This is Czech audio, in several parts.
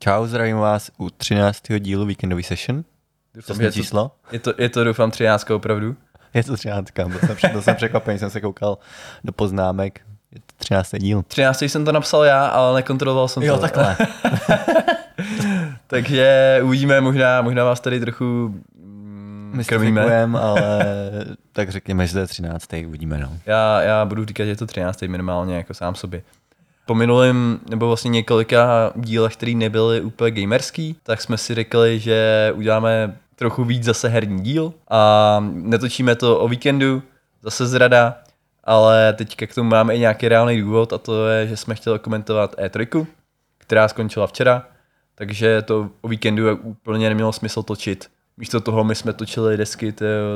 Čau, zdravím vás u 13. dílu Weekendový session. Přesné číslo? Je to doufám 13 opravdu. Je to 13, byl jsem překvapený, jsem se koukal do poznámek. Je to 13. díl. 13. jsem to napsal já, ale nekontroloval jsem to. Jo, takhle. Takže uvidíme, možná vás tady trochu krmíme. Ale tak řekněme, že to je 13. uvidíme. No. Já budu říkat, že je to 13. minimálně jako sám sobě. Po minulém, nebo vlastně několika dílech, který nebyly úplně gamerský, tak jsme si řekli, že uděláme trochu víc zase herní díl a netočíme to o víkendu, zase zrada, ale teďka k tomu máme i nějaký reálný důvod a to je, že jsme chtěli komentovat E3, která skončila včera, takže to o víkendu úplně nemělo smysl točit. Místo toho my jsme točili desky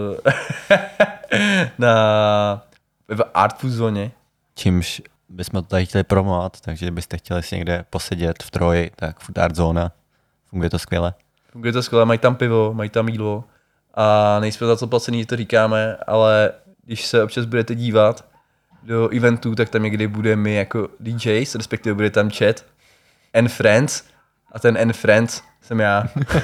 v Artful zóně. Čímž bychom to tady chtěli promovat, takže kdybyste chtěli si někde posedět v Troji, tak Food Art Zóna. Funguje to skvěle. Funguje to skvěle, mají tam pivo, mají tam jídlo a nejsme za to placený, že to říkáme, ale když se občas budete dívat do eventů, tak tam někdy bude my jako DJs, respektive bude tam chat and friends a ten and friends jsem já.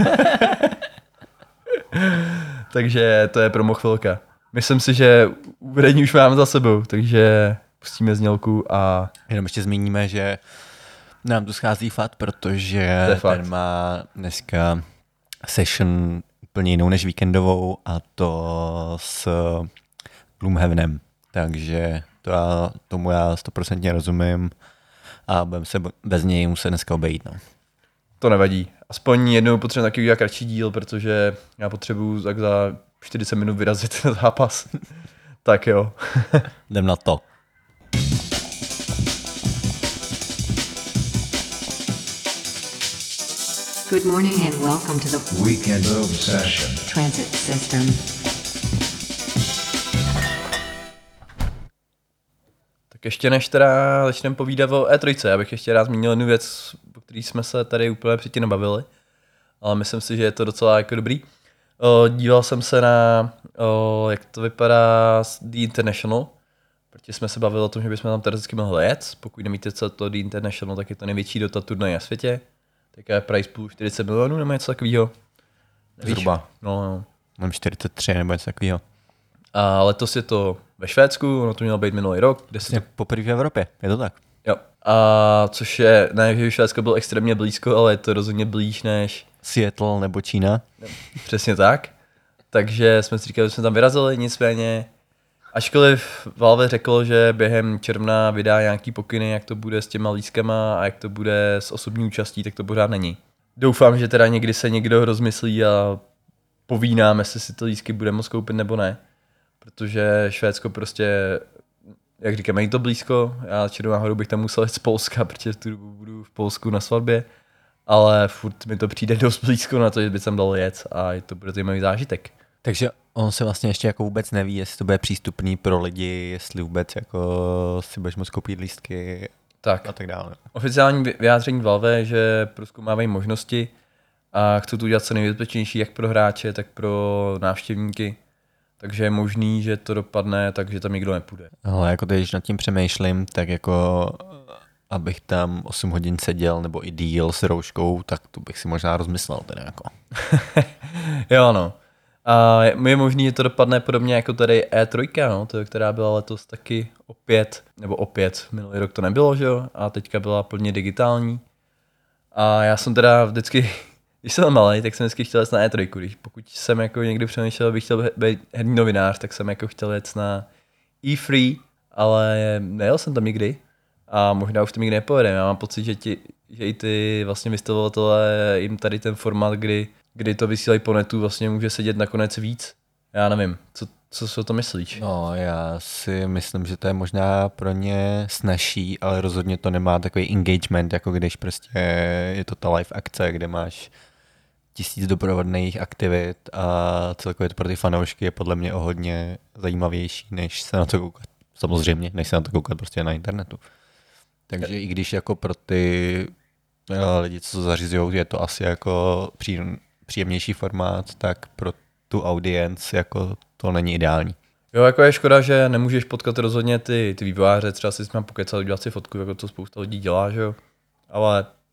Takže to je promo chvilka. Myslím si, že uvedení už máme za sebou, takže pustíme znělku a... Jenom ještě zmíníme, že nám tu schází Fat, protože ten má dneska session úplně jinou než víkendovou a to s Gloomhavenem. Takže tomu já 100% rozumím a budeme se bez něj muset dneska obejít. No. To nevadí. Aspoň jednou potřebujeme taky udělat kratší díl, protože já potřebuju tak za 40 minut vyrazit na zápas. Tak jo. Jdem na to. Good morning and welcome to the Weekend Session Transit System. Tak ještě než teda začneme povídat o E3, já bych ještě rád zmínil jednu věc, o který jsme se tady úplně předtím nebavili, ale myslím si, že je to docela jako dobrý. Díval jsem se na, jak to vypadá s The International, protože jsme se bavili o tom, že bychom tam teoreticky mohli jet. Pokud nevíte, co to The International, tak je to největší Dota turnaj na světě. Tak je price pool 40 milionů nebo něco takového. Zhruba. No. Mám 43 nebo něco takového. A letos je to ve Švédsku, ono to mělo být minulý rok. Poprvé v Evropě, je to tak? Jo. A což je, ne, že Švédsko bylo extrémně blízko, ale je to rozhodně blíž než... Seattle nebo Čína. Přesně tak. Takže jsme si říkali, že jsme tam vyrazili, nicméně ačkoliv Valve řekl, že během června vydá nějaký pokyny, jak to bude s těma lístkama a jak to bude s osobní účastí, tak to pořád není. Doufám, že teda někdy se někdo rozmyslí a poví nám, jestli si ty lístky bude moct koupit nebo ne. Protože Švédsko prostě, jak říkám, je to blízko, já čirou náhodou bych tam musel jít z Polska, protože tu dobu budu v Polsku na svatbě, ale furt mi to přijde dost blízko na to, že by tam dal jet a to bude zajímavý zážitek. Takže on se vlastně ještě jako vůbec neví, jestli to bude přístupný pro lidi, jestli vůbec jako si budeš moct koupit lístky a tak dále. Oficiální vyjádření Valve, že prozkoumávají možnosti a chcou to udělat co nejbezpečnější jak pro hráče, tak pro návštěvníky. Takže je možný, že to dopadne tak, že tam nikdo nepůjde. Ale jako když nad tím přemýšlím, tak jako abych tam 8 hodin seděl nebo i díl s rouškou, tak to bych si možná rozmyslel teda jako. Jo, no. A je možný, že to dopadne podobně jako tady E3, no, to, která byla letos taky opět, minulý rok to nebylo, že jo, a teďka byla plně digitální. A já jsem teda vždycky, když jsem malý, tak jsem vždycky chtěl jet na E3, pokud jsem jako někdy přemýšlel, bych chtěl být herní novinář, tak jsem jako chtěl jet na E3, ale nejel jsem tam nikdy a možná už to nikdy nepojedem. Já mám pocit, že i ty vlastně vystavovatelé jim tady ten formát, kdy to vysílají po netu, vlastně může sedět nakonec víc. Já nevím, co si o to myslíš? No, já si myslím, že to je možná pro ně snazší, ale rozhodně to nemá takový engagement, jako když prostě je to ta live akce, kde máš 1000 doprovodných aktivit a celkově to pro ty fanoušky je podle mě o hodně zajímavější, než se na to koukat. Samozřejmě, než se na to koukat prostě na internetu. Takže i když jako pro ty lidi, co zařizují, je to asi jako příjemnější formát, tak pro tu audience jako to není ideální. Jo, jako je škoda, že nemůžeš potkat rozhodně ty vývojáře, třeba si s ním pokecat, udělat si fotku, jako to spousta lidí dělá, že jo. Ale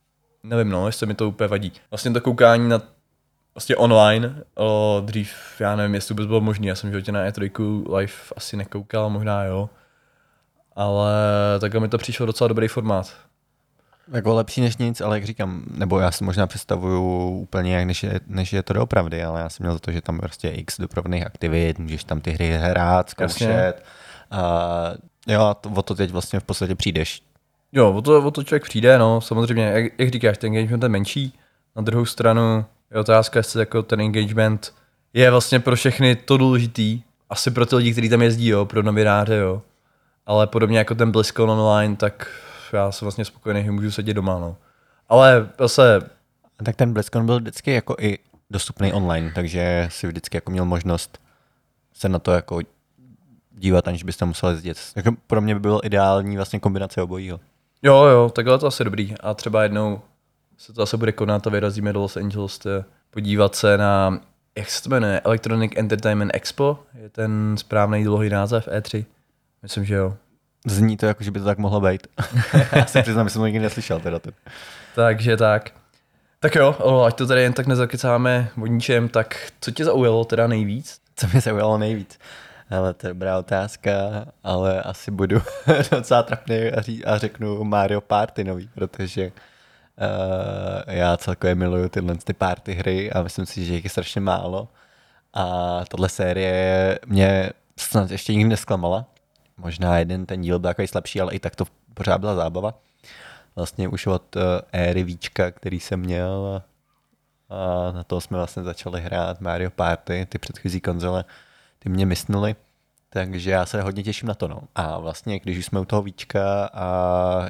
nevím, no, jestli mi to úplně vadí. Vlastně to koukání na vlastně online, dřív, já nevím, jestli vůbec bylo možné, já jsem v životě na E3 live asi nekoukal, možná jo, ale takhle mi to přišlo docela dobrý formát. Jako lepší než nic, ale jak říkám, nebo já si možná představuju úplně jak než je to doopravdy, ale já jsem měl za to, že tam prostě x doprovodných aktivit, můžeš tam ty hry hrát, zkoušet. A jo, o to teď vlastně v podstatě přijdeš. Jo, o to člověk přijde, no, samozřejmě, jak říkáš, ten engagement je menší, na druhou stranu je otázka, jestli jako ten engagement je vlastně pro všechny to důležitý, asi pro ty lidi, kteří tam jezdí, jo, pro novináře, jo, ale podobně jako ten BlizzCon online, tak já jsem vlastně spokojený, že můžu sedět doma, no. Ale zase... Tak ten BlizzCon byl vždycky jako i dostupný online, takže si vždycky jako měl možnost se na to jako dívat, aniž byste musel jezdit. Jako pro mě by bylo ideální vlastně kombinace obojího. Jo, takhle to asi dobrý. A třeba jednou se to asi bude konat a vyrazíme do Los Angeles podívat se na, jak se to jmenuje, Electronic Entertainment Expo, je ten správný dlouhý název E3. Myslím, že jo. Zní to jako, že by to tak mohlo být. Já se přiznám, že jsem to nikdy neslyšel teda. Takže tak. Tak jo, ať to tady jen tak nezakecáme o ničem, tak co tě zaujalo teda nejvíc? Co mě zaujalo nejvíc? Ale to je dobrá otázka, ale asi budu docela trapný a řeknu Mario Party nový, protože já celkově miluju ty party hry a myslím si, že jich je strašně málo. A tohle série mě snad ještě nikdy nesklamala. Možná jeden ten díl byl takový slabší, ale i tak to pořád byla zábava. Vlastně už od éry Víčka, který jsem měl, a na to jsme vlastně začali hrát Mario Party, ty předchozí konzole, ty mě mysnuly, takže já se hodně těším na to. No. A vlastně, když už jsme u toho Víčka a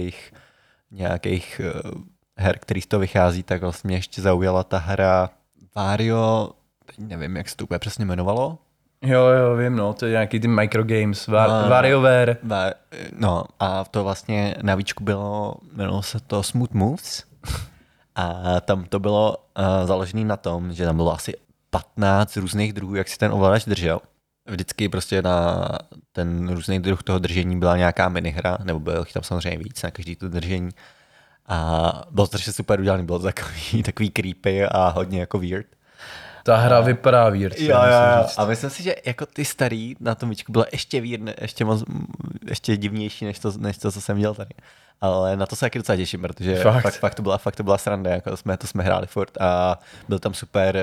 nějakých her, který z toho vychází, tak vlastně mě ještě zaujala ta hra Wario, teď nevím, jak se to úplně přesně jmenovalo. Jo, vím, no, to je nějaký ty microgames, WarioWare. No a to vlastně na Víčku jmenovalo se to Smooth Moves a tam to bylo založené na tom, že tam bylo asi 15 různých druhů, jak si ten ovladač držel. Vždycky prostě na ten různý druh toho držení byla nějaká minihra, nebo bylo jich tam samozřejmě víc na každý to držení. A bylo to strašně super udělané, bylo to takový creepy a hodně jako weird. Ta hra vypadá weird. Jo. A myslím si, že jako ty starý na tom Víčku bylo ještě weird, ještě divnější než to, co jsem dělal tady. Ale na to se taky docela těším, protože fakt to byla sranda, jako to jsme hráli furt a byl tam super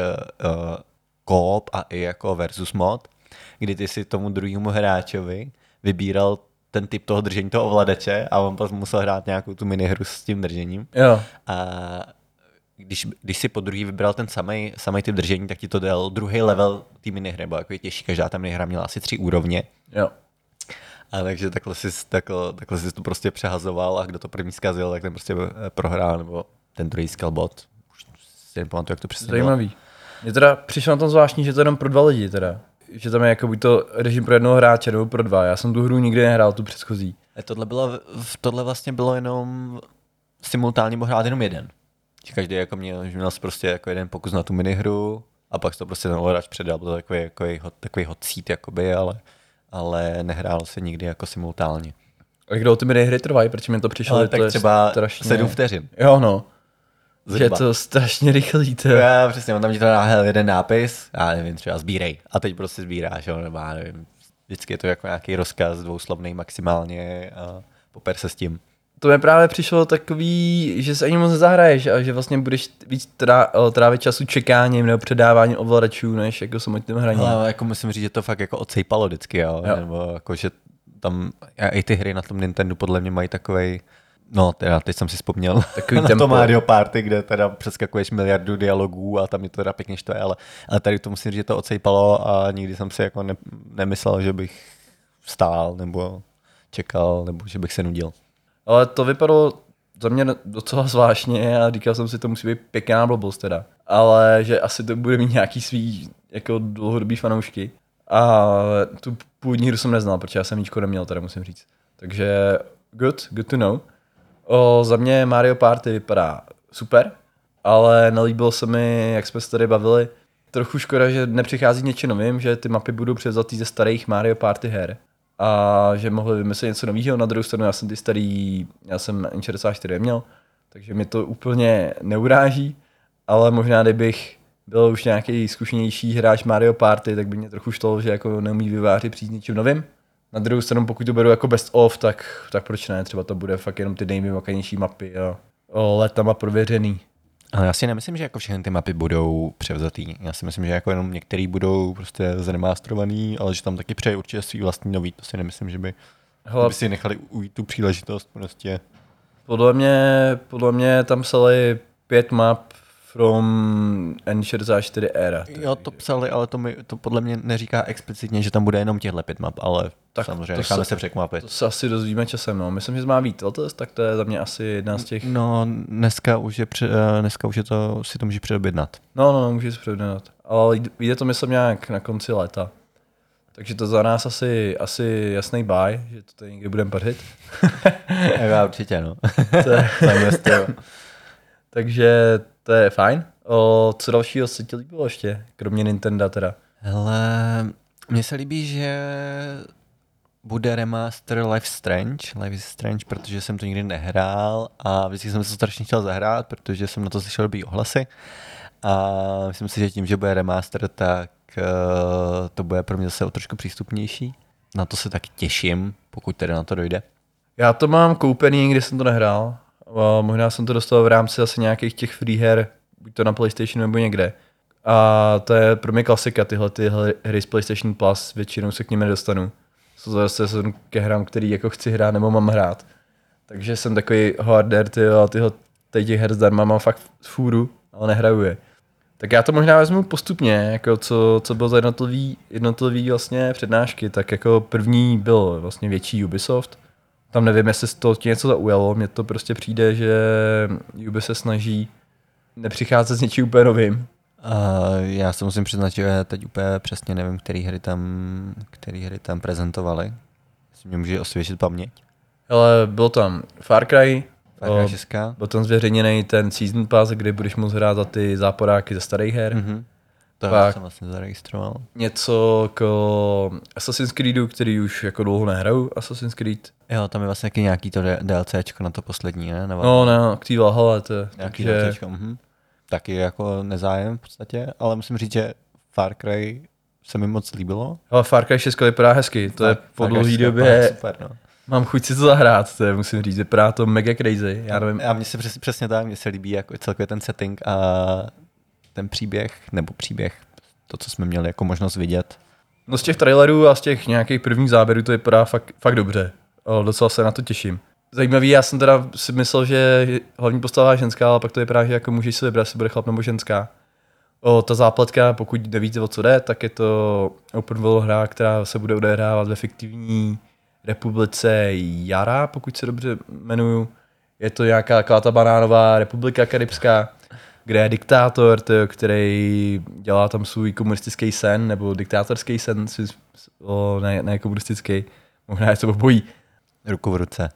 co-op a i jako versus mod, kdy ty si tomu druhému hráčovi vybíral ten typ toho držení toho ovladače a on pak musel hrát nějakou tu minihru s tím držením. Jo. A když si po druhý vybral ten samý typ držení, tak ti to dal druhý level té minihry, byl jako těžší, každá ta minihra měla asi 3 úrovně. Jo. A takže takhle si to prostě přehazoval a kdo to první zkazil, tak ten prostě prohrál, nebo ten druhý zkal bod. Už si nepamatuju, jak to přesně zajímavý. Mně teda přišlo na tom zvláštní, že to je jenom pro 2 lidi teda. Že tam je jako buď to režim pro jednoho hráče nebo pro 2. Já jsem tu hru nikdy nehrál, tu předchozí. Tohle vlastně bylo jenom simultánně mohl hrát jenom jeden. Každý jako měl prostě jako jeden pokus na tu minihru a pak to prostě ten ovladač předal, byl to takový hot seat jakoby, ale nehrálo se nikdy jako simultánně. A jak dlouho ty minihry trvají, protože mi to přišlo, ale že tak to je třeba strašně... 7 vteřin. Jo no. Zhruba. Že je to strašně rychlý. Já přesně, on tam ti to dá jeden nápis, já nevím, třeba sbírej. A teď prostě sbíráš, jo, nebo já nevím. Vždycky je to jako nějaký rozkaz dvouslovný maximálně a poper se s tím. To mi právě přišlo takový, že se ani moc nezahraješ a že vlastně budeš víc trávit času čekáním nebo předáváním ovladačů, než jako samotným hraním. Ale jako musím říct, že to fakt jako odsejpalo vždycky, jo. Nebo jako, že tam i ty hry na tom Nintendo podle mě mají takovej, no teda teď jsem si vzpomněl takový na tempo. to Mario Party, kde teda přeskakuješ miliardu dialogů a tam je to teda pěkně štve, ale tady to musím říct, že to odsejpalo a nikdy jsem si jako nemyslel, že bych stál nebo čekal, nebo že bych se nudil. Ale to vypadalo za mě docela zvláštně a říkal jsem si, to musí být pěkná blbost teda. Ale že asi to bude mít nějaký svý jako dlouhodobý fanoušky. A tu původní hru jsem neznal, protože já jsem Víčko neměl, teda musím říct. Takže good to know. Za mě Mario Party vypadá super, ale nelíbilo se mi, jak jsme se tady bavili. Trochu škoda, že nepřichází něčím novým, že ty mapy budou převzatý ze starých Mario Party her. A že mohli vymyslet něco nového. Na druhou stranu já jsem N64 neměl, takže mi to úplně neuráží, ale možná kdybych byl už nějaký zkušenější hráč Mario Party, tak by mě trochu šlo, že jako neumí vyvářit přijít s ničím novým. Na druhou stranu, pokud to beru jako best of, tak proč ne, třeba to bude fakt jenom ty nejvymakanější mapy a letama prověřený. Ale já si nemyslím, že jako všechny ty mapy budou převzatý. Já si myslím, že jako jenom některý budou prostě zremasterovaný, ale že tam taky přeje určitě svý vlastní nový. To si nemyslím, že by si nechali ujít tu příležitost prostě. Podle mě tam psali 5 map from N64 era. Jo, to psali, ale to podle mě neříká explicitně, že tam bude jenom těchto 5 map, ale tak samozřejmě necháme se překvapit. To se asi dozvíme časem, no. Myslím, že má být letos, tak to je za mě asi jedna z těch... No, dneska už je to, si to může předobjednat. No, může si předobjednat. Ale vyjde to myslím nějak na konci léta. Takže to za nás asi jasný buy, že to tady někdy budeme pařit. Já určitě, no. Takže to je fajn. Co dalšího se ti líbilo ještě, kromě Nintendo teda? Hele, mně se líbí, že bude remaster Life is Strange, protože jsem to nikdy nehrál a vždycky jsem se to strašně chtěl zahrát, protože jsem na to slyšel dobrý ohlasy a myslím si, že tím, že bude remaster, tak to bude pro mě zase o trošku přístupnější. Na to se taky těším, pokud tedy na to dojde. Já to mám koupený, nikdy jsem to nehrál. Možná jsem to dostal v rámci asi nějakých těch free her, buď to na PlayStationu nebo někde. A to je pro mě klasika, tyhle hry z PlayStation Plus, většinou se k nim nedostanu. Jsou zase ke hrám, který jako chci hrát nebo mám hrát. Takže jsem takový harder, těch her zdarma mám fakt fůru, ale nehraju je. Tak já to možná vezmu postupně, jako co bylo za jednotlivý vlastně přednášky, tak jako první byl vlastně větší Ubisoft. Tam nevím, jestli to ti něco zaujalo, mně to prostě přijde, že Ubisoft se snaží nepřicházet s něčím úplně novým. Já se musím přiznat, že teď úplně přesně nevím, který hry tam prezentovali. Jestli mě může osvěžit paměť. Ale byl tam Far Cry 6. Byl tam zveřejněný ten Season Pass, kdy budeš moct hrát za ty záporáky ze starých her. Mm-hmm. To jsem vlastně zaregistroval. Něco k Assassin's Creedu, který už jako dlouho nehraju, Assassin's Creed. Jo, tam je vlastně nějaký to DLCčko na to poslední, ne? No, k té Valhalla to je. Nějaký DLCčko, Taky jako nezájem v podstatě, ale musím říct, že Far Cry se mi moc líbilo. Ale Far Cry 6 vypadá hezky, to je po dlouhý době. Super, no. Mám chuť si to zahrát, to je, musím říct, vypadá to mega crazy. Já nevím. A mně se přesně tak, mně se líbí jako celkově ten setting a ten příběh, to, co jsme měli jako možnost vidět. No z těch trailerů a z těch nějakých prvních záběrů to vypadá fakt dobře. Docela se na to těším. Zajímavý, já jsem teda si myslel, že hlavní postava je ženská, ale pak to vypadá, že jako můžeš si vybrat, jestli bude chlap nebo ženská. Ta zápletka, pokud nevíte, o co jde, tak je to open world hra, která se bude odehrávat ve fiktivní republice Jara, pokud se dobře jmenuju. Je to nějaká taková ta banánová republika karibská, kde je diktátor, který dělá tam svůj komunistický sen, nebo diktátorský sen, ne komunistický, možná je to obojí. Ruku v ruce.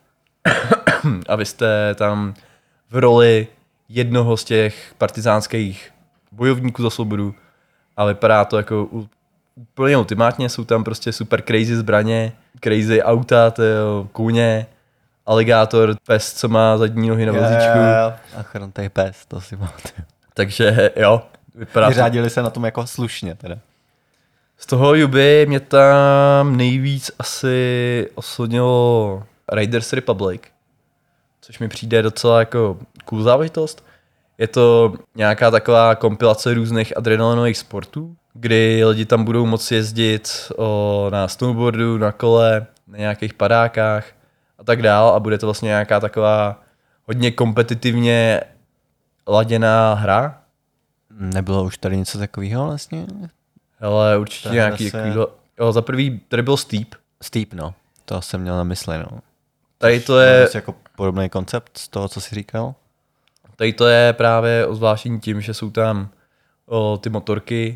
A vy jste tam v roli jednoho z těch partizánských bojovníků za svobodu a vypadá to jako úplně ultimátně, jsou tam prostě super crazy zbraně, crazy auta, kůně, aligátor, pes, co má zadní nohy na vozíčku. A chrontej pes, to si pamatuju. Takže jo, vypadá to. Vyřádili se na tom jako slušně teda. Z toho Juby mě tam nejvíc asi oslnilo Raiders Republic, což mi přijde docela jako cool záležitost. Je to nějaká taková kompilace různých adrenalinových sportů, kdy lidi tam budou moci jezdit na snowboardu, na kole, na nějakých padákách a tak dál a bude to vlastně nějaká taková hodně kompetitivně laděná hra. Nebylo už tady něco takového vlastně? Hele, určitě to nějaký takovýhle. Jo, za prvý tady byl Steep. Steep, no. To jsem měl na mysli, no. Tady to je jako podobný koncept z toho, co jsi říkal? Tady to je právě ozvláštní tím, že jsou tam ty motorky,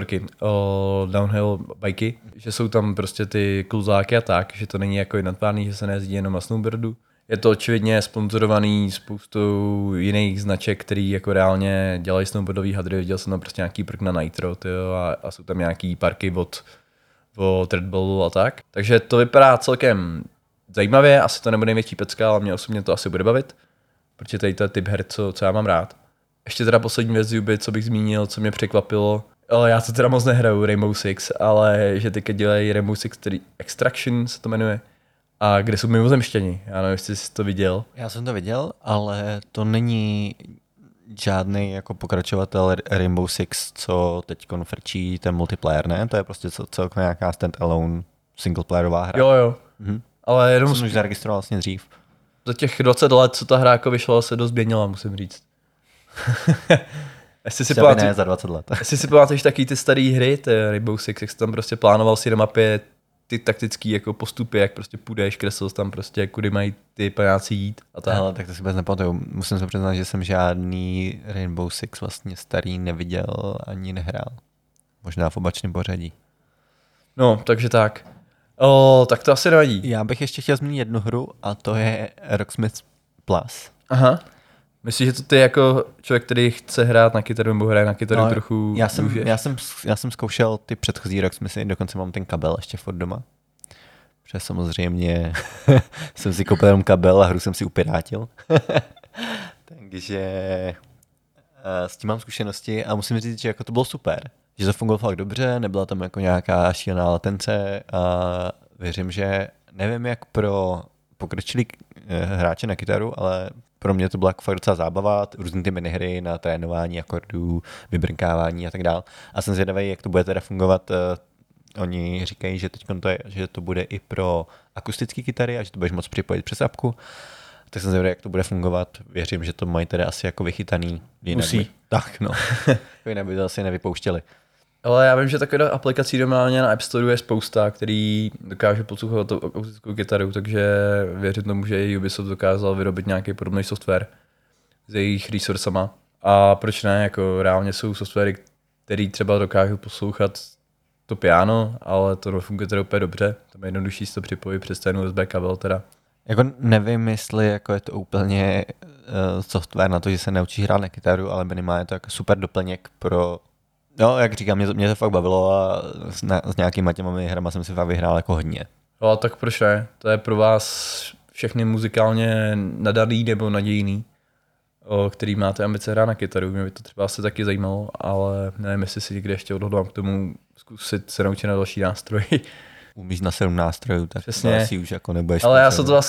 downhill bajky, že jsou tam prostě ty kluzáky a tak, že to není jako jednotvárný, že se nejezdí jenom na snowboardu. Je to očividně sponzorovaný spoustou jiných značek, který jako reálně dělají snowboardový hadry. Viděl jsem tam prostě nějaký prk na Nitro a jsou tam nějaký parky od Red Bullu a tak. Takže to vypadá celkem zajímavě, asi to nebude největší pecka, ale mě osobně to asi bude bavit. protože tady to je typ her, co já mám rád. Ještě teda poslední věc z Ubi, co bych zmínil, co mě překvapilo, ale já to teda moc nehraju Rainbow Six, ale že teďka dělají Rainbow Six, který Extraction se to jmenuje, a kde jsou mimozemštěni. Já nevím, jestli jsi to viděl. Já jsem to viděl, ale to není žádný jako pokračovatel Rainbow Six, co teď frčí ten multiplayer, ne? To je prostě celkově nějaká stand-alone singleplayerová hra. Jo. Mhm. Ale jenom Jsem už zaregistroval vlastně dřív. za těch 20 let, co ta hra jako vyšla, se dost změnila, musím říct. Jestli si Třeba ne za 20 let. Jestli si pamatuješ taky ty staré hry, ty Rainbow Six, jak jsi tam prostě plánoval si na mapě ty taktické jako postupy, jak prostě půjdeš, kreslil tam prostě, kudy mají ty pajáci jít a tak. Hele, tak to si vůbec nepamatuju. Musím se přiznat, že jsem žádný Rainbow Six vlastně starý neviděl ani nehrál. Možná v opačném pořadí. No, takže tak. Tak to asi nevadí. Já bych ještě chtěl zmínit jednu hru a to je Rocksmith Plus. Aha. Myslíš, že to ty jako člověk, který chce hrát na kytaru nebo hraje na kytaru trochu já jsem zkoušel ty předchozí Rocksmithy, dokonce mám ten kabel ještě furt doma. Protože samozřejmě jsem si koupil jenom kabel a hru jsem si upirátil. Takže s tím mám zkušenosti a musím říct, že jako to bylo super. Že to fungovalo fakt dobře, nebyla tam jako nějaká šílená latence a věřím, že nevím jak pro pokročilý hráče na kytaru, ale pro mě to byla jako fakt docela zábava, různý ty minihry na trénování akordů, vybrnkávání a tak dál. A jsem zvědavý, jak to bude teda fungovat. Oni říkají, že teď že to bude i pro akustické kytary a že to budeš moct připojit přes apku. Tak jsem zvědavý, jak to bude fungovat. Věřím, že to mají teda asi jako vychytaný. Musí. Tak no, jinak by to asi nevypouštěli. Ale já vím, že takových aplikací normálně na App Store je spousta, který dokáže poslouchat tu akustickou kytaru, takže věřím tomu, že i Ubisoft dokázal vyrobit nějaký podobný software s jejich resourcema. A proč ne, jako reálně jsou softwary, který třeba dokážou poslouchat to piano, ale to nefunguje teda úplně dobře. Tam je jednodušší si to připojit přes ten USB kabel teda. Jako nevím, jestli jako je to úplně software na to, že se naučí hrát na kytaru, ale minimálně to jako super doplněk pro. No, jak říkám, mě to fakt bavilo a s nějakýma těmi hrama jsem si fakt vyhrál jako hodně. No, tak proč ne? To je pro vás všechny muzikálně nadaný nebo nadějný, který máte ambice hrát na kytaru. Mě by to třeba asi taky zajímalo, ale nevím, jestli si někde ještě odhodlám k tomu zkusit se naučit na další nástroj. Umíš na 7 nástrojů, tak přesně. To asi už jako nebudeš. Ale já se to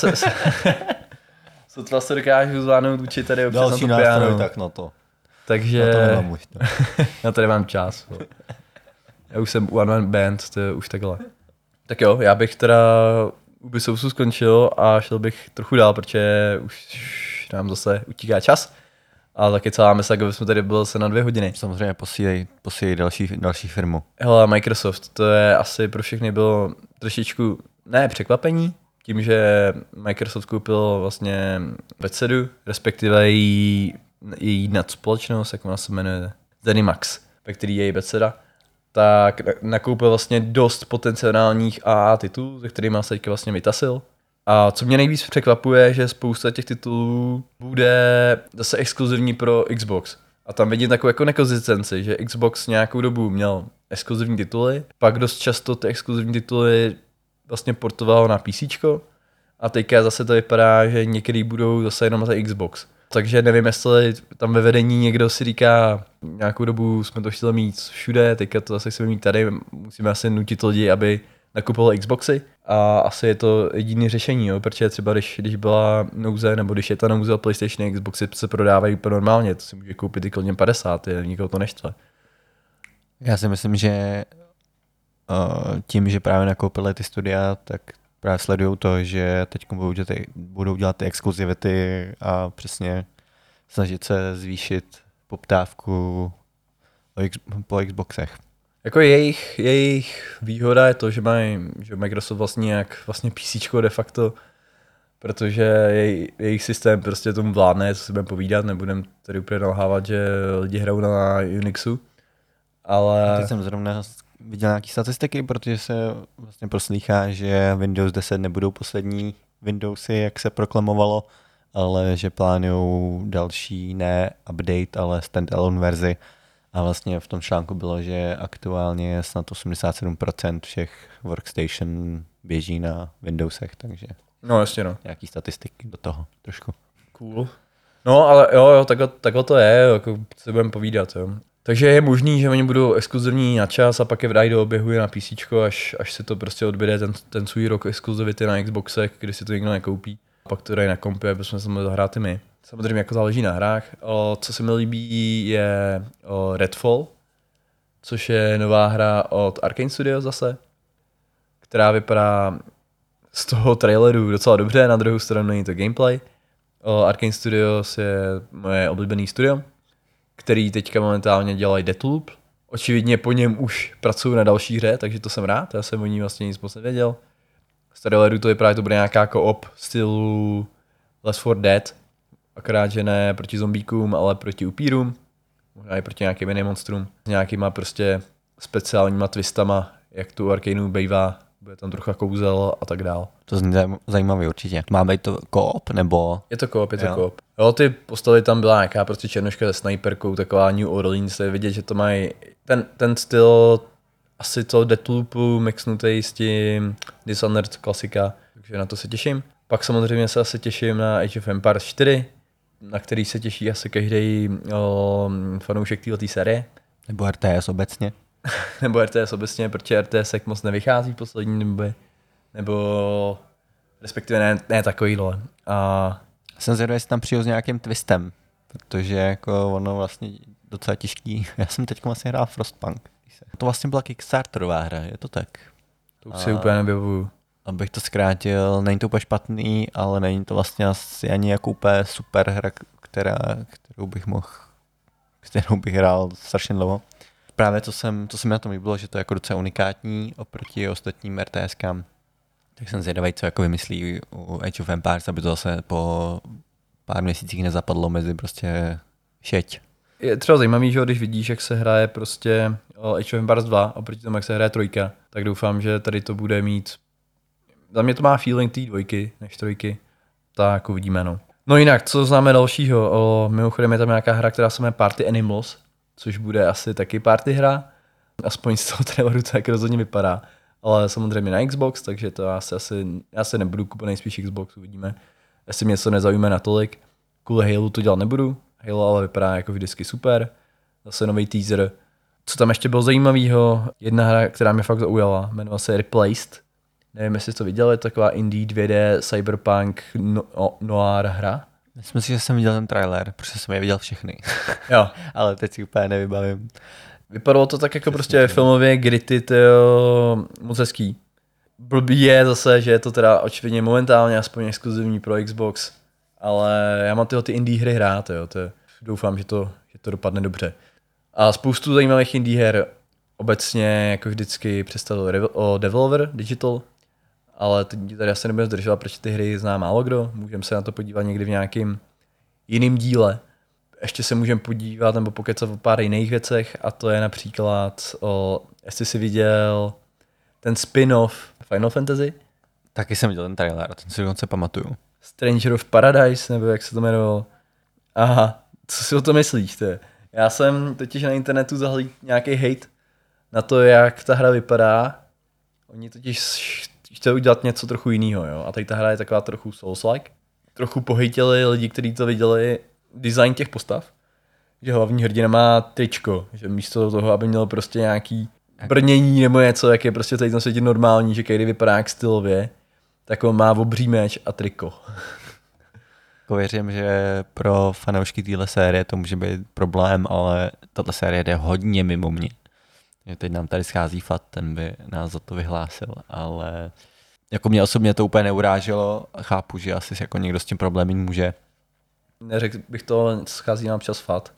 zase dokážu zvládnout učit tady občas další na to piano. nástroj, tak na to. Takže na to nemám už. No. Já tady mám čas. Já už jsem one man band, to je už takhle. Tak jo, já bych teda Ubisoftu skončil a šel bych trochu dál, protože už nám zase utíká čas. A taky celá mysl, jako bychom tady byli se na 2 hodiny. Samozřejmě posílej další firmu. Hele, Microsoft, to je asi pro všechny bylo trošičku, ne překvapení, tím, že Microsoft koupil vlastně Bethesdu, respektive její nadspolečnost, jak ona se jmenuje, Zenimax, ve který je její Bethesda, tak nakoupil vlastně dost potenciálních AA titulů, ze kterými se teďka vlastně vytasil. A co mě nejvíc překvapuje, že spousta těch titulů bude zase exkluzivní pro Xbox. A tam vidím takovou jako nekonzistenci, že Xbox nějakou dobu měl exkluzivní tituly, pak dost často ty exkluzivní tituly vlastně portovalo na PC, a teďka zase to vypadá, že některý budou zase jenom za Xbox. Takže nevím, jestli tam ve vedení někdo si říká, nějakou dobu jsme to chtěli mít všude, teďka to zase chceme mít tady, musíme asi nutit lidi, aby nakupovali Xboxy a asi je to jediné řešení, jo? Protože třeba když byla nouze, nebo když je ta nouze PlayStation, Xboxy se prodávají úplně normálně, to si může koupit i klidně 50, nikoho to neštve. Já si myslím, že tím, že právě nakoupili ty studia, tak právě sledují to, že teď budou dělat ty exkluzivity a přesně snažit se zvýšit poptávku po Xboxech. Jako jejich výhoda je to, že že Microsoft vlastně PCčko de facto, protože jejich systém prostě tomu vládne, co si budeme povídat, nebudeme tady úplně nalhávat, že lidi hrajou na Unixu, ale. Teď jsem zrovna viděl nějaký statistiky, protože se vlastně proslýchá, že Windows 10 nebudou poslední Windowsy, jak se proklamovalo, ale že plánujou další ne update, ale standalone verzi. A vlastně v tom článku bylo, že aktuálně snad 87% všech workstation běží na Windowsech, takže no jasně no. Nějaký statistiky do toho trošku. Cool. No, ale jo, takhle to je, jako se budeme povídat, jo. Takže je možný, že oni budou exkluzivní na čas a pak je dají do oběhu na PC, až se to prostě odbyde ten svůj rok exkluzivity na Xboxech, kdy si to někdo nekoupí. Pak to dají na kompě, aby jsme se mohli zahrát i my. Samozřejmě jako záleží na hrách. Co se mi líbí je Redfall, což je nová hra od Arkane Studios zase, která vypadá z toho traileru docela dobře, na druhou stranu není to gameplay. Arkane Studios je moje oblíbený studio, který teďka momentálně dělají Deathloop. Očividně po něm už pracuju na další hře, takže to jsem rád, já jsem o ní vlastně nic moc nevěděl. Z traileru to vypadá, že to bude nějaká co-op stylu Left 4 Dead, akorát, že ne proti zombíkům, ale proti upírům, možná i proti nějakým jiným monstrům, s nějakýma prostě speciálníma twistama, jak tu Arkaneu bývá, bude tam trocha kouzel a tak dál. To zní zajímavý určitě. Má být to co-op, nebo? Je to co-op, Jo, ty postavy tam byla nějaká prostě černoška se snajperkou, taková New Orleans, je vidět, že to mají ten styl asi to Deathloopu mixnutý s tím Dishonored klasika, takže na to se těším. Pak samozřejmě se asi těším na Age of Empires 4, na který se těší asi každý fanoušek této série. Nebo RTS obecně. Nebo RTS obecně, protože RTS moc nevychází v poslední době. Nebo respektive ne takovýhle. A Jsem zvědavý, jestli tam přijel s nějakým twistem, protože jako ono vlastně docela těžký. Já jsem teď vlastně hrál Frostpunk. To vlastně byla Kickstarterová hra, je to tak? to už si úplně neobjevuju. Abych to zkrátil, není to úplně špatný, ale není to vlastně asi ani jako úplně super hra, kterou bych hrál strašně dlouho. Právě to se mi na tom líbilo, že to je jako docela unikátní oproti ostatním RTSkám. Tak jsem zvědavý, co jako vymyslí u Age of Empires, aby to zase po pár měsících nezapadlo mezi prostě šeť. Je třeba zajímavý, že když vidíš, jak se hraje prostě Age of Empires 2 oproti tomu, jak se hraje 3, tak doufám, že tady to bude mít. Za mě to má feeling té 2 než 3, tak uvidíme, no. No jinak, co známe dalšího? Mimochodem je tam nějaká hra, která se jmenuje Party Animals, což bude asi taky party hra. Aspoň z toho traileru to tak rozhodně vypadá. Ale samozřejmě na Xbox, takže to já se nebudu kupovat nejspíš Xbox, uvidíme. Jestli mě to nezaujme natolik. Kvůli Halo to dělat nebudu. Halo ale vypadá jako vždycky super. Zase nový teaser. Co tam ještě bylo zajímavého? Jedna hra, která mě fakt zaujala, jmenovala se Replaced. Nevím, jestli to viděli, taková indie 2D cyberpunk noir hra. Myslím si, že jsem viděl ten trailer, protože jsem je viděl všechny. Jo. Ale teď si úplně nevybavím. Vypadalo to tak jako prostě filmově gritty, to moc hezký. Blbý je zase, že je to teda očividně momentálně aspoň exkluzivní pro Xbox, ale já mám ty indie hry hrát, jo, doufám, že to dopadne dobře. A spoustu zajímavých indie her obecně jako vždycky představil Devolver Digital, ale tady asi nebudeme zdržovat, protože ty hry zná málo kdo, můžeme se na to podívat někdy v nějakým jiným díle. Ještě se můžeme podívat nebo pokecat o pár jiných věcech a to je například, jestli jsi viděl ten spin-off Final Fantasy. Taky jsem viděl ten trailer, ten si dokonce pamatuju. Stranger of Paradise, nebo jak se to jmenovalo. Aha, co si o to myslíš? Já jsem totiž na internetu zahlídl nějaký hate na to, jak ta hra vypadá. Oni totiž chtěli udělat něco trochu jiného, jo? A tady ta hra je taková trochu Souls-like. Trochu pohejtěli lidi, kteří to viděli, design těch postav. Že hlavní hrdina má tričko, že místo toho, aby měl prostě nějaký brnění nebo něco, jak je prostě tady na světě normální, že každý vypadá jak stylově, tak on má obří meč a triko. Jako věřím, že pro fanoušky téhle série to může být problém, ale tato série jde hodně mimo mě. Teď nám tady schází Fat, ten by nás za to vyhlásil, ale jako mě osobně to úplně neuráželo a chápu, že asi jako někdo s tím problémy může. Neřekl bych to, ale schází nám čas Fat.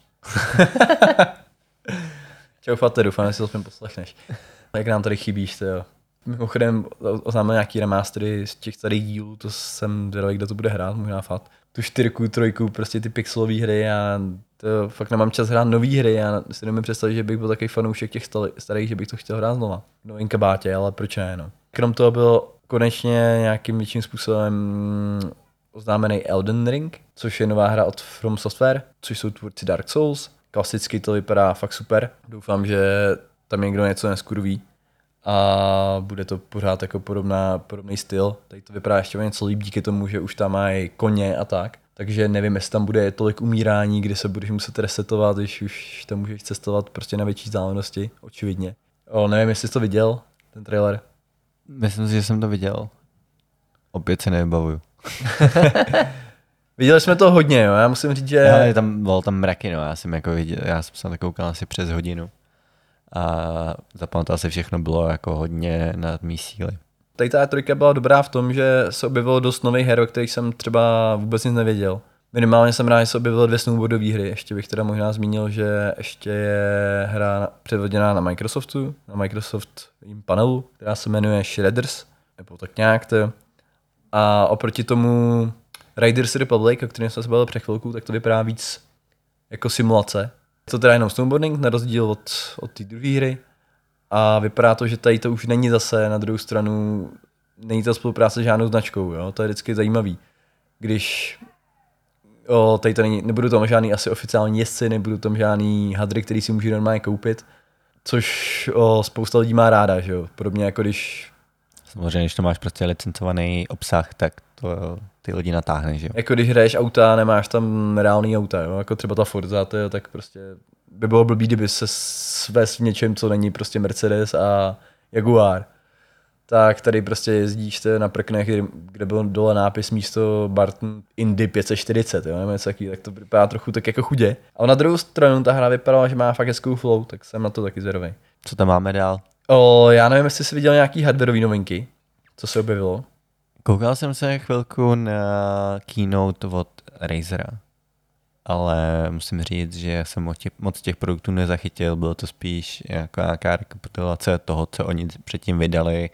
Čau Fate, doufám, že si to aspoň poslechneš. Jak nám tady chybíš, to jo. Mimochodem oznámil nějaký remastery z těch starých dílů, to jsem zvědavý, kdo to bude hrát, možná Fat. Tu 4, 3, prostě ty pixelové hry a to fakt nemám čas hrát nový hry a si nemůžu představit, že bych byl takový fanoušek těch starých, že bych to chtěl hrát znova. V novém kabátě, ale proč ne, no. Krom toho bylo konečně nějakým větším způsobem oznámený Elden Ring, což je nová hra od From Software, což jsou tvůrci Dark Souls. Klasicky to vypadá fakt super. Doufám, že tam někdo něco neskurví a bude to pořád jako podobný styl. Tady to vypadá ještě něco líp díky tomu, že už tam mají koně a tak. takže nevím, jestli tam bude tolik umírání, kdy se budeš muset resetovat, když už tam můžeš cestovat prostě na větší vzdálenosti, očividně. Nevím, jestli jsi to viděl, ten trailer. Myslím si, že jsem to viděl. Opět se nevybavuju. Viděli jsme to hodně, jo. Já musím říct, že... Bylo tam mraky, no. Já jsem se na to koukal asi přes hodinu. A zapamatoval se všechno bylo jako hodně nad mý síly. Tady ta trojka byla dobrá v tom, že se objevilo dost nových her, o kterých jsem třeba vůbec nic nevěděl. Minimálně jsem rád, že se objevilo 2 snowboardové hry. Ještě bych teda možná zmínil, že ještě je hra převedená na Microsoftu, na Microsoft panelu, která se jmenuje Shredders, nebo tak nějak to. A oproti tomu Riders Republic, o kterém jsme se bavili před chvilkou, tak to vypadá víc jako simulace. Je to teda jenom snowboarding, na rozdíl od té druhé hry. A vypadá to, že tady to už není zase na druhou stranu, není to spolupráce s žádnou značkou, jo? To je vždycky zajímavý. Když tady to není, nebudou tam žádný asi oficiální jezdci, nebudou tam žádný hadry, který si může normálně koupit, což spousta lidí má ráda, že jo? Podobně jako když... Samozřejmě, když to máš prostě licencovaný obsah, tak to ty lidi natáhne, že jo? Jako když hraješ auta, nemáš tam reálný auta, jo? Jako třeba ta Forza, to je, tak prostě by bylo blbý, kdyby se svést v něčem, co není prostě Mercedes a Jaguar. Tak tady prostě jezdíš na prknech, kde byl dole nápis místo Barton Indy 540, jo? Něco takový, tak to vypadá trochu tak jako chudě. A na druhou stranu ta hra vypadala, že má fakt hezkou flow, tak jsem na to taky zvědavý. Co tam máme dál? Já nevím, jestli jsi viděl nějaký hardwareový novinky, co se objevilo. Koukal jsem se chvilku na keynote od Razera, ale musím říct, že jsem moc těch produktů nezachytil, bylo to spíš jako nějaká rekapitulace toho, co oni předtím vydali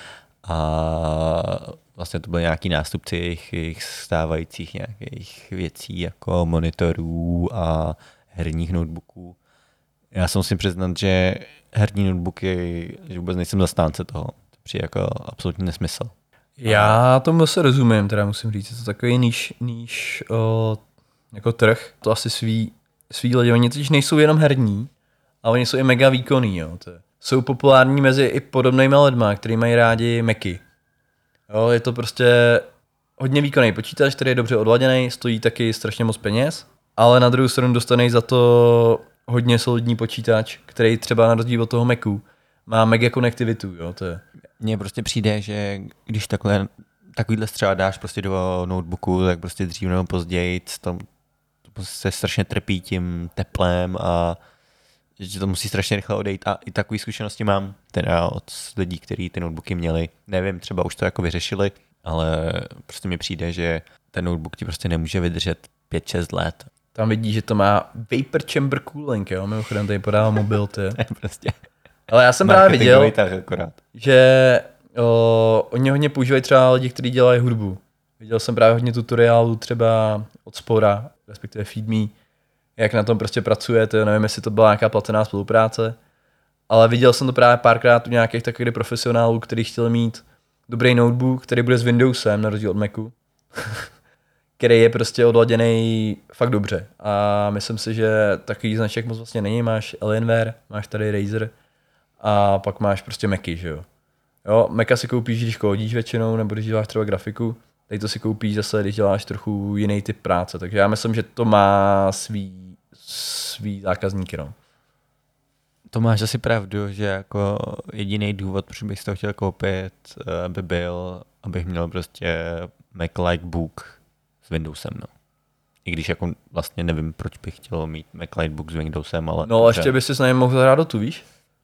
a vlastně to byly nějaký nástupci jejich stávajících nějakých věcí jako monitorů a herních notebooků. Já se musím přiznat, že herní notebooky, že vůbec nejsem zastánce toho, to přijde jako absolutní nesmysl. Já tomu se rozumím, teda musím říct, je to takový níž jako trh, to asi svý lidi, oni totiž nejsou jenom herní, ale oni jsou i mega výkonný, jo. Jsou populární mezi i podobnými lidma, kteří mají rádi Macy. Jo, je to prostě hodně výkonný počítač, který je dobře odladěný, stojí taky strašně moc peněz, ale na druhou stranu dostaneš za to hodně solidní počítač, který třeba na rozdíl od toho Macu má mega konektivitu, jo, to je. Mně prostě přijde, že když takovýhle střela dáš prostě do notebooku, tak prostě dřív nebo později to se strašně trpí tím teplem a že to musí strašně rychle odejít. A i takové zkušenosti mám teda od lidí, kteří ty notebooky měli. Nevím, třeba už to jako vyřešili, ale prostě mi přijde, že ten notebook ti prostě nemůže vydržet 5-6 let. Tam vidíš, že to má vapor chamber cooling, jo, mimochodem tady podává mobil, ty. Prostě. Ale já jsem právě viděl, akorát. že oni hodně používají třeba lidi, kteří dělají hudbu. Viděl jsem právě hodně tutoriálů třeba od Spora, respektive Feedme, jak na tom prostě pracujete, nevím, jestli to byla nějaká placená spolupráce, ale viděl jsem to právě párkrát u nějakých takových profesionálů, kteří chtěli mít dobrý notebook, který bude s Windowsem, na rozdíl od Macu, který je prostě odladěný fakt dobře. A myslím si, že takový značek moc vlastně není. Máš Alienware, máš tady Razer a pak máš prostě Macy, že jo. Jo, Maca si koupíš, když kódíš většinou, nebo když děláš třeba grafiku. Tady to si koupíš zase, když děláš trochu jiný typ práce. Takže já myslím, že to má svý zákazníky, no. To máš asi pravdu, že jako jediný důvod, proč bych si to chtěl koupit, by byl, abych měl prostě Mac-like book s Windowsem, no. I když jako vlastně nevím, proč bych chtěl mít Mac-like book s Windowsem, ale... No, ještě by si na něm mohl zahrát do tu, víš?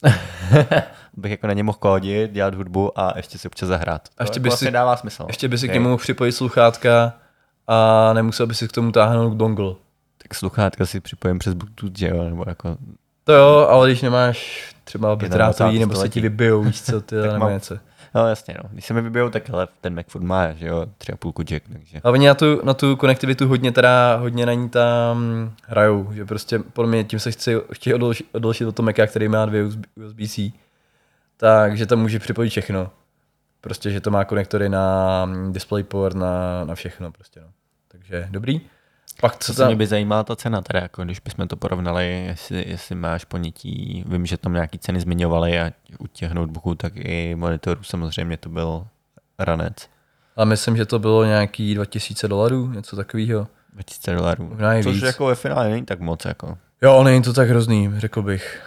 Bych jako na ně mohl kódit, dělat hudbu a ještě si občas zahrát. To ještě jako by vlastně si, dává smysl. Ještě by si k němu mohl připojit sluchátka a nemusel by si k tomu táhnout dongle. Tak sluchátka si připojím přes Bluetooth, že jo, nebo jako... To jo, ale když nemáš třeba betrátový, nebo se ti vybijou, víš co, ty nebo něco. No jasně, no. Když se mi vybijou, tak ale ten Mac furt má, že jo, 3,5 jack, takže... A oni na tu konektivitu hodně na ní tam hrajou, že prostě podle mě tím se chtějí odložit od toho Maca, který má 2 USB-C, takže tam může připojit všechno. Prostě, že to má konektory na DisplayPort, na všechno prostě, no. Takže dobrý. Pak co mě by zajímala ta cena teda, jako když bychom to porovnali, jestli máš ponětí, vím, že tam nějaký ceny zmiňovali a u těch notebooků, tak i monitorů samozřejmě to byl ranec. A myslím, že to bylo nějaký $2000, něco takového. $2000. Možná i Což víc. jako ve finále není tak moc. Jako. Jo, není to tak hrozný, řekl bych.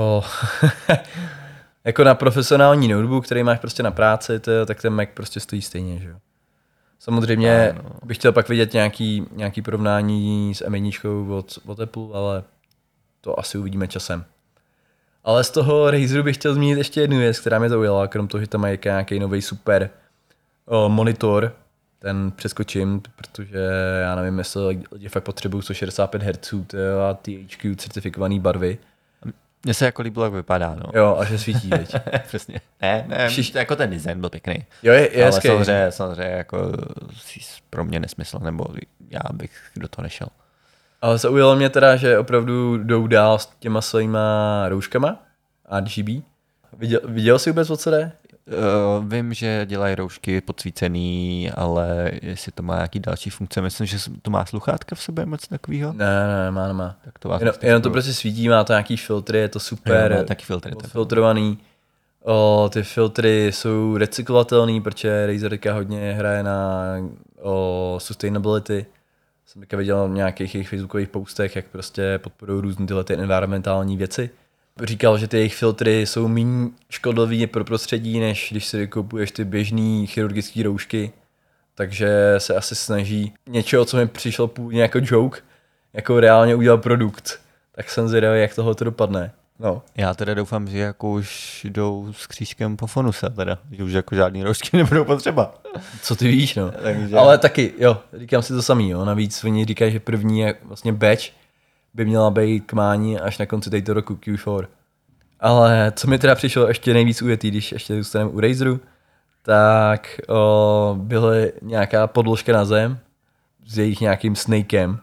Jako na profesionální notebook, který máš prostě na práci, tak ten Mac prostě stojí stejně, že jo. Samozřejmě bych chtěl pak vidět nějaký porovnání s M1 od Apple, ale to asi uvidíme časem. Ale z toho Razeru bych chtěl zmínit ještě jednu věc, která mě zaujala, krom toho, že tam má nějaký nový super monitor, ten přeskočím, protože já nevím, jestli lidi fakt potřebují 165 Hz a THQ certifikovaný barvy. Mně se jako líbilo, jak vypadá, no. Jo, a že svítí, veď. Přesně. Ne, jako ten design byl pěkný. Jo, je ale hezký. samozřejmě jako pro mě nesmysl, nebo já bych do toho nešel. Ale zaujalo mě teda, že opravdu jdou dál s těma svýma rouškama RGB. Viděl jsi vůbec, o co jde? Vím, že dělají roušky podsvícený, ale jestli to má nějaký další funkce, myslím, že to má sluchátka v sobě, moc takového. Ne, nemá. Tak to vás jenom to prostě svítí, má to nějaký filtry, je to super. Má taky filtry. Filtrovaný. Ty filtry jsou recyklovatelný, protože Razer teďka hodně hraje na sustainability. Jsem teďka viděl v nějakých jejich facebookových postech, jak prostě podporují různé tyhle ty environmentální věci. Říkal, že ty jejich filtry jsou méně škodlivé pro prostředí, než když si vykupuješ ty běžné chirurgické roušky. Takže se asi snaží něčeho, co mi přišlo původně jako joke, jako reálně udělat produkt. Tak jsem zvědavý, jak tohle to dopadne. No. Já teda doufám, že jako už jdou s křížkem po Fonuse teda, že už jako žádný roušky nebudou potřeba. Co ty víš, no. Takže... Ale taky, jo, říkám si to samý, jo. Navíc oni říkají, že první vlastně batch by měla být k mání až na konci této roku Q4. Ale co mi teda přišlo ještě nejvíc ujetý, když ještě zůstaneme u Razeru, tak byly nějaká podložka na zem s jejich nějakým snakem.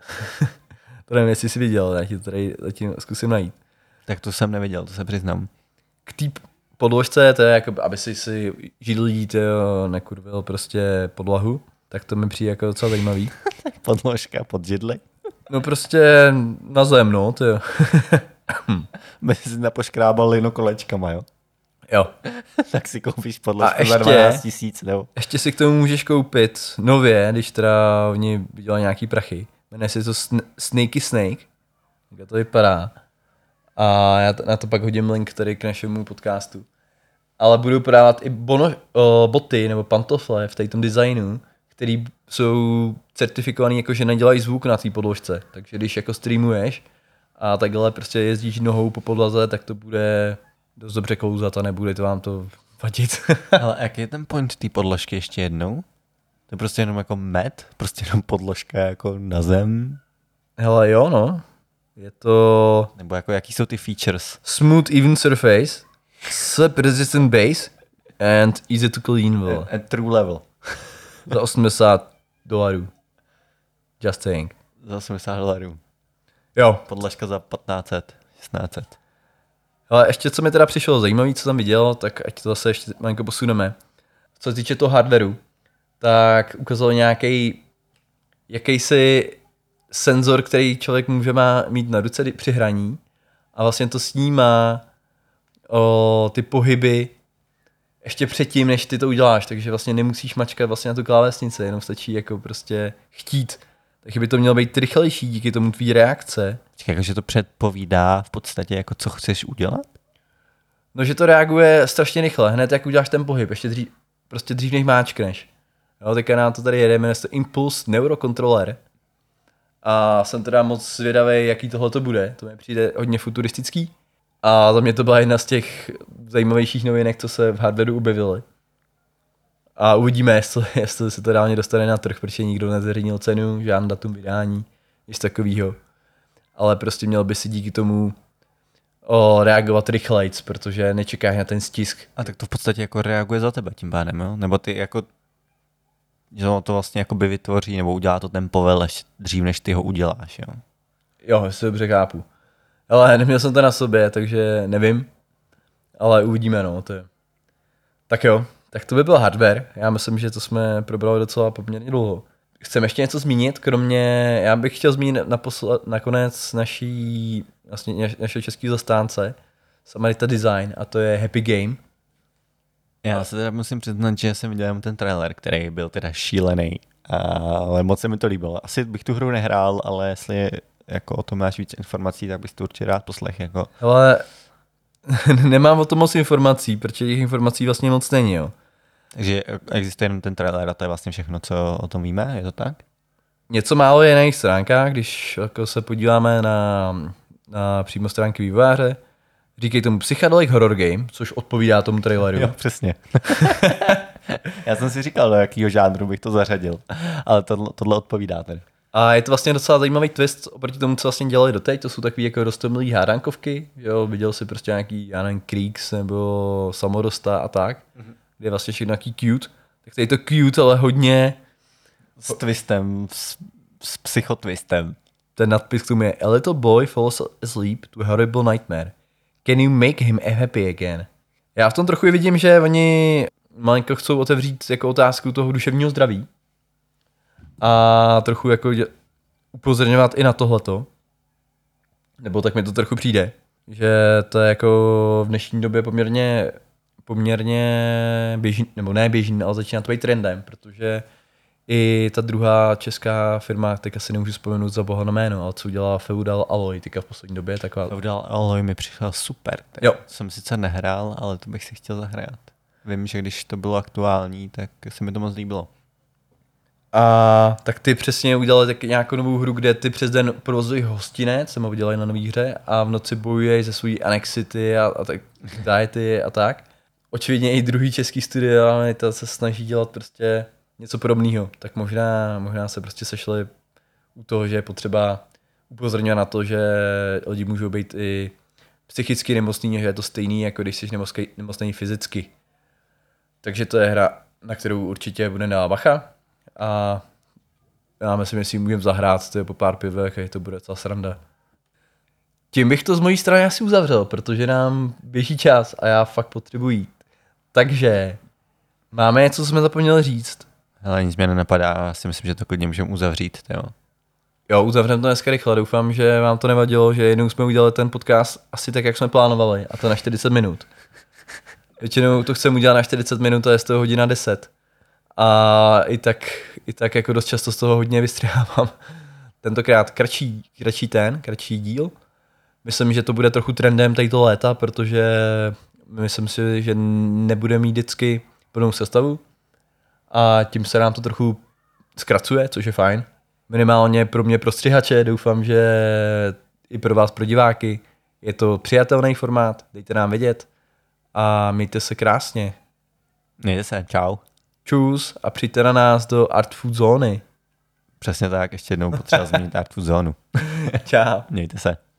To nevím, jestli jsi viděl, já ti tady zatím zkusím najít. Tak to jsem neviděl, to se přiznám. K té podložce, to je jako, aby si židlí nekurvil prostě podlahu, tak to mi přijde jako docela zajímavý. Podložka pod židli? No prostě na zem, no, to jo. My si napoškrábal lino kolečkama, jo? Jo. Tak si koupíš podložku ještě, za 12 000, nebo? Ještě si k tomu můžeš koupit nově, když teda v ní viděla nějaký prachy. Jmenuje se to Snakey Snake. Jak to vypadá. A já na to pak hodím link tady k našemu podcastu. Ale budu prodávat i boty nebo pantofle v tom designu, který jsou certifikovaný, jako že nedělají zvuk na té podložce. Takže když jako streamuješ a takhle prostě jezdíš nohou po podlaze, tak to bude dost dobře klouzat a nebude to vám to vadit. Ale jaký je ten point té podložky ještě jednou? To je prostě jenom jako mat? Prostě jenom podložka jako na zem? Hele jo, no. Je to... Nebo jako jaký jsou ty features? Smooth even surface, slip resistant base and easy to clean, vole. A true level. Za $80. Just saying. Za $80. Jo. Podložka za 1500, 1600. Ale ještě co mi teda přišlo zajímavé, co tam viděl, tak ať to zase ještě malinko posuneme. Co se týče toho hardwareu, tak ukázal nějaký jakýsi senzor, který člověk může mít na ruce při hraní a vlastně to snímá ty pohyby ještě předtím, než ty to uděláš, takže vlastně nemusíš mačkat vlastně na tu klávesnici, jenom stačí jako prostě chtít. Takže by to mělo být rychlejší díky tomu tvý reakce. Jakože to předpovídá v podstatě jako co chceš udělat? No, že to reaguje strašně rychle, hned jak uděláš ten pohyb, ještě dřív než máčkneš. Jo, teďka nám to tady jede, jmenuje se Impulse Neurocontroller. A jsem teda moc zvědavý, jaký tohle to bude. To mi přijde hodně futuristický. A za mě to byla jedna z těch zajímavějších novinek, co se v hardwareu objevily. A uvidíme, jestli se to reálně dostane na trh, protože nikdo nezveřejnil cenu, žádný datum vydání, nic takového. Ale prostě měl by si díky tomu reagovat rychlejc, protože nečekáš na ten stisk. A tak to v podstatě jako reaguje za tebe tím pádem, jo? Nebo ty jako, že to vlastně jako by vytvoří, nebo udělá to ten povel dřív, než ty ho uděláš, jo? Jo, jestli dobře chápu. Ale neměl jsem to na sobě, takže nevím. Ale uvidíme, no, to je. Tak jo, tak to by byl hardware. Já myslím, že to jsme probrali docela poměrně dlouho. Chceme ještě něco zmínit, kromě, já bych chtěl zmínit nakonec našeho českého zastánce, Samarita Design, a to je Happy Game. Já se teda musím přiznat, že jsem viděl ten trailer, který byl teda šílený ale moc se mi to líbilo. Asi bych tu hru nehrál, ale jestli jako o tom máš víc informací, tak bys to určitě rád poslech. Jako. Ale nemám o tom moc informací, protože těch informací vlastně moc není, jo. Takže existuje jenom ten trailer a to je vlastně všechno, co o tom víme, je to tak? Něco málo je na jejich stránkách, když jako se podíváme na přímo stránky vývojáře. Říkají tomu Psychedelic Horror Game, což odpovídá tomu traileru. Jo, přesně. Já jsem si říkal, do jakého žánru bych to zařadil, ale tohle odpovídá tedy. A je to vlastně docela zajímavý twist oproti tomu, co vlastně dělali doteď. To jsou takový jako roztomilý hádankovky. Jo, viděl si prostě nějaký, já nevím, Creeks nebo Samorosta a tak, kde je vlastně všechno nějaký cute. Tak tady je to cute, ale hodně S twistem, s psychotwistem. ten nadpis k tomu je A little boy falls asleep to a horrible nightmare. Can you make him happy again? Já v tom trochu vidím, že oni malinko chcou otevřít jako otázku toho duševního zdraví a trochu jako upozorňovat i na tohleto. Nebo tak mi to trochu přijde, že to je jako v dnešní době poměrně běžný, nebo ne běžný, ale začíná to být trendem, protože i ta druhá česká firma, tak asi nemůžu vzpomenout za boha na jméno, ale co udělala Feudal Alloy teďka v poslední době, taková... Feudal Alloy mi přišel super. Jo. Jsem sice nehrál, ale to bych si chtěl zahrát. Vím, že když to bylo aktuální, tak se mi to moc líbilo. A tak ty přesně udělali tak nějakou novou hru, kde ty přes den provozují hostinec, jsem ho udělali na nový hře, a v noci bojuješ ze svojí Annexity a tak diety a tak. Očividně i druhý český studio to se snaží dělat prostě něco podobného. Tak možná se prostě sešli u toho, že je potřeba upozorňovat na to, že lidi můžou být i psychicky nemocný, že je to stejný, jako když jsi nemocný fyzicky. Takže to je hra, na kterou určitě bude dávat bacha. A já myslím, že si můžeme zahrát po pár pivech a to bude docela sranda. Tím bych to z mojí strany asi uzavřel, protože nám běží čas a já fakt potřebuji jít. Takže máme něco, co jsme zapomněli říct. Ale nic mě nenapadá, já si myslím, že to klidně můžeme uzavřít. Jo. Jo, uzavřeme to dneska rychle. Doufám, že vám to nevadilo, že jednou jsme udělali ten podcast asi tak, jak jsme plánovali, a to na 40 minut. Většinou to chceme udělat na 40 minut a je z toho hodina 10. A i tak jako dost často z toho hodně vystřihávám. Tentokrát kratší díl. Myslím, že to bude trochu trendem tato léta, protože myslím si, že nebude mít vždycky plnou sestavu. A tím se nám to trochu zkracuje, což je fajn. Minimálně pro mě, pro střihače, doufám, že i pro vás, pro diváky, je to přijatelný formát, dejte nám vědět a mějte se krásně. Mějte se, čau. Čus a přijďte na nás do Art Food Zóny. Přesně tak, ještě jednou potřeba zmínit Art Food Zónu. Čau. Mějte se.